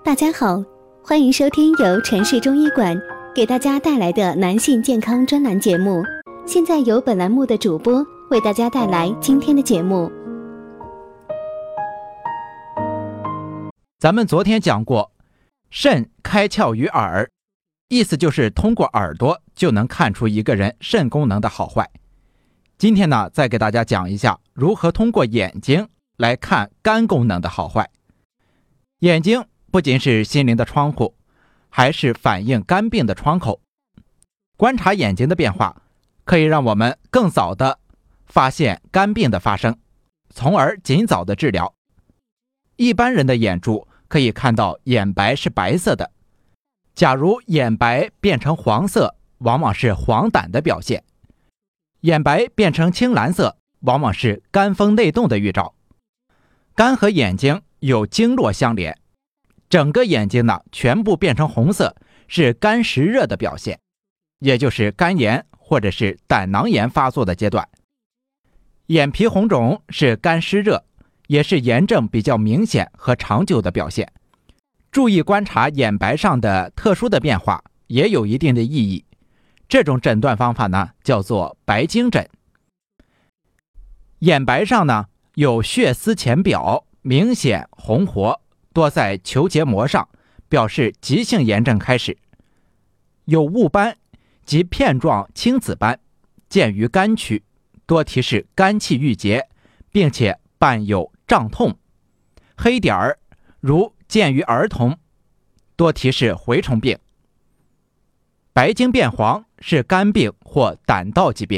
大家好，欢迎收听由城市中医馆给大家带来的男性健康专栏节目。现在由本栏目的主播为大家带来今天的节目。 咱们昨天讲过，肾开窍于耳，意思就是通过耳朵就能看出一个人肾功能的好坏。今天呢，再给大家讲一下如何通过眼睛来看肝功能的好坏。眼睛不仅是心灵的窗户，还是反映肝病的窗口。观察眼睛的变化，可以让我们更早的发现肝病的发生，从而尽早的治疗。一般人的眼珠可以看到眼白是白色的，假如眼白变成黄色，往往是黄疸的表现；眼白变成青蓝色，往往是肝风内动的预兆。肝和眼睛有经络相连，整个眼睛呢全部变成红色，是肝实热的表现，也就是肝炎或者是胆囊炎发作的阶段。眼皮红肿是肝湿热，也是炎症比较明显和长久的表现。注意观察眼白上的特殊的变化也有一定的意义。这种诊断方法呢叫做白睛诊。眼白上呢有血丝浅表，明显红活，多在球结膜上，表示急性炎症开始。有雾斑及片状青紫斑，见于肝区，多提示肝气郁结，并且伴有胀痛。黑点儿如见于儿童，多提示蛔虫病。白睛变黄是肝病或胆道疾病。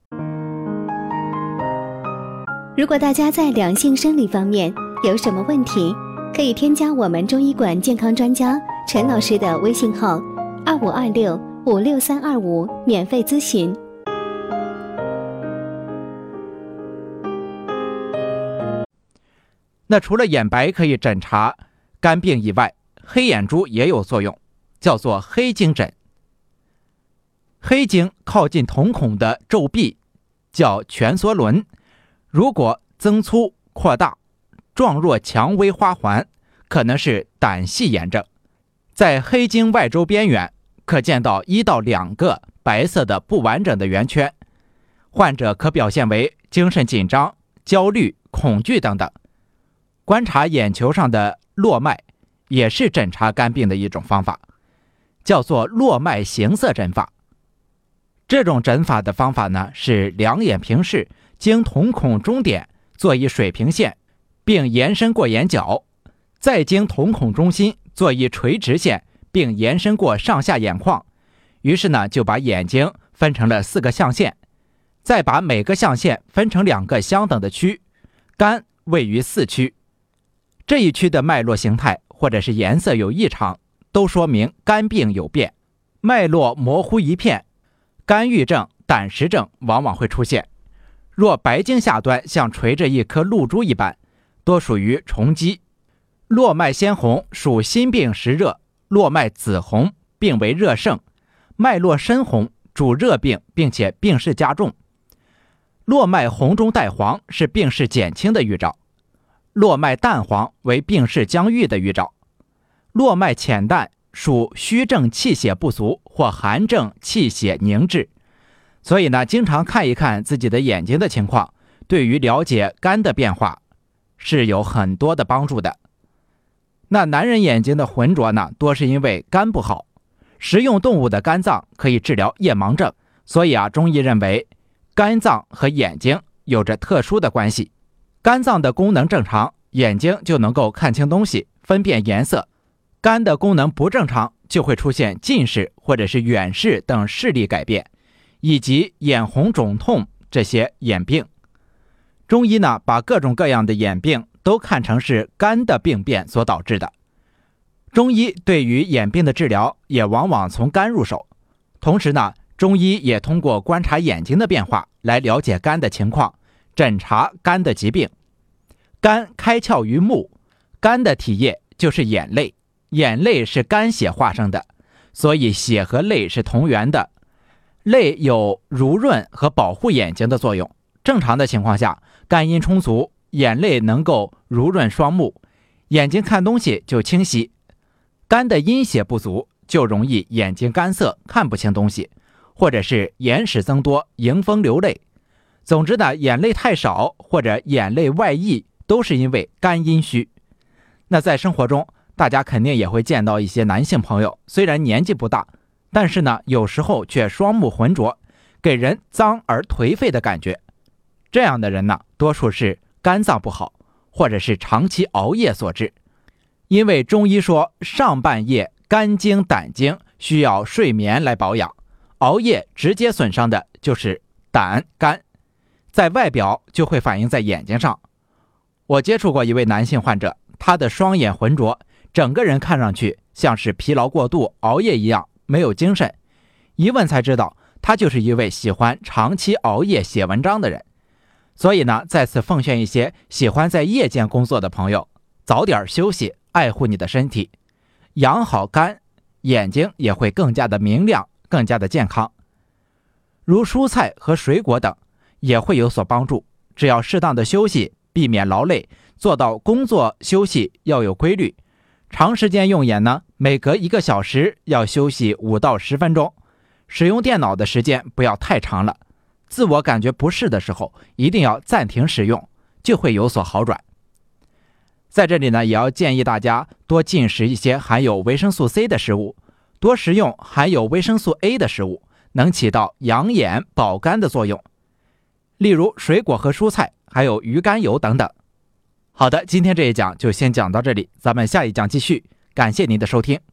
如果大家在两性生理方面有什么问题，可以添加我们中医馆健康专家陈老师的微信号2526-56325免费咨询。 那除了眼白可以诊查肝病以外，黑眼珠也有作用，叫做黑睛诊。黑睛靠近瞳孔的皱壁叫蜷缩轮，如果增粗扩大，状若蔷薇花环，可能是胆系炎症。在黑睛外周边缘可见到1到2个白色的不完整的圆圈，患者可表现为精神紧张、焦虑、恐惧等等。观察眼球上的络脉也是诊查肝病的一种方法，叫做络脉形色诊法。这种诊法的方法呢是两眼平视，经瞳孔中点做一水平线，并延伸过眼角，再经瞳孔中心做一垂直线，并延伸过上下眼眶。于是呢就把眼睛分成了4个象限，再把每个象限分成2个相等的区，肝位于4区。这一区的脉络形态或者是颜色有异常，都说明肝病有变。脉络模糊一片，肝郁症、胆实症往往会出现。若白睛下端像垂着一颗露珠一般，多属于虫积。络脉鲜红属心病实热，络脉紫红病为热盛，脉络深红主热病，并且病势加重。络脉红中带黄是病势减轻的预兆，络脉淡黄为病势将愈的预兆。络脉浅淡属虚症气血不足或寒症气血凝滞。所以呢，经常看一看自己的眼睛的情况，对于了解肝的变化是有很多的帮助的。那男人眼睛的浑浊呢，多是因为肝不好。食用动物的肝脏可以治疗夜盲症，所以中医认为肝脏和眼睛有着特殊的关系。肝脏的功能正常，眼睛就能够看清东西，分辨颜色。肝的功能不正常，就会出现近视或者是远视等视力改变，以及眼红肿痛这些眼病。中医呢，把各种各样的眼病都看成是肝的病变所导致的。中医对于眼病的治疗也往往从肝入手。同时呢，中医也通过观察眼睛的变化来了解肝的情况，诊查肝的疾病。肝开窍于目，肝的体液就是眼泪，眼泪是肝血化生的，所以血和泪是同源的。泪有濡润和保护眼睛的作用。正常的情况下，肝阴充足，眼泪能够濡润双目，眼睛看东西就清晰。 肝的阴血不足，就容易眼睛干涩，看不清东西，或者是眼屎增多，迎风流泪。总之呢，眼泪太少或者眼泪外溢，都是因为肝阴虚。那在生活中，大家肯定也会见到一些男性朋友，虽然年纪不大，但是呢，有时候却双目浑浊，给人脏而颓废的感觉。这样的人呢，多数是肝脏不好，或者是长期熬夜所致。因为中医说，上半夜肝经、胆经需要睡眠来保养，熬夜直接损伤的就是胆、肝，在外表就会反映在眼睛上。我接触过一位男性患者，他的双眼浑浊，整个人看上去像是疲劳过度、熬夜一样，没有精神。一问才知道，他就是一位喜欢长期熬夜写文章的人。所以呢，在此奉劝一些喜欢在夜间工作的朋友，早点休息，爱护你的身体，养好肝，眼睛也会更加的明亮，更加的健康。如蔬菜和水果等也会有所帮助，只要适当的休息，避免劳累，做到工作休息要有规律。长时间用眼呢，每隔1个小时要休息5到10分钟，使用电脑的时间不要太长了。自我感觉不适的时候，一定要暂停使用，就会有所好转。在这里呢，也要建议大家多进食一些含有维生素 C 的食物，多食用含有维生素 A 的食物，能起到养眼保肝的作用。例如水果和蔬菜，还有鱼肝油等等。好的，今天这一讲就先讲到这里，咱们下一讲继续，感谢您的收听。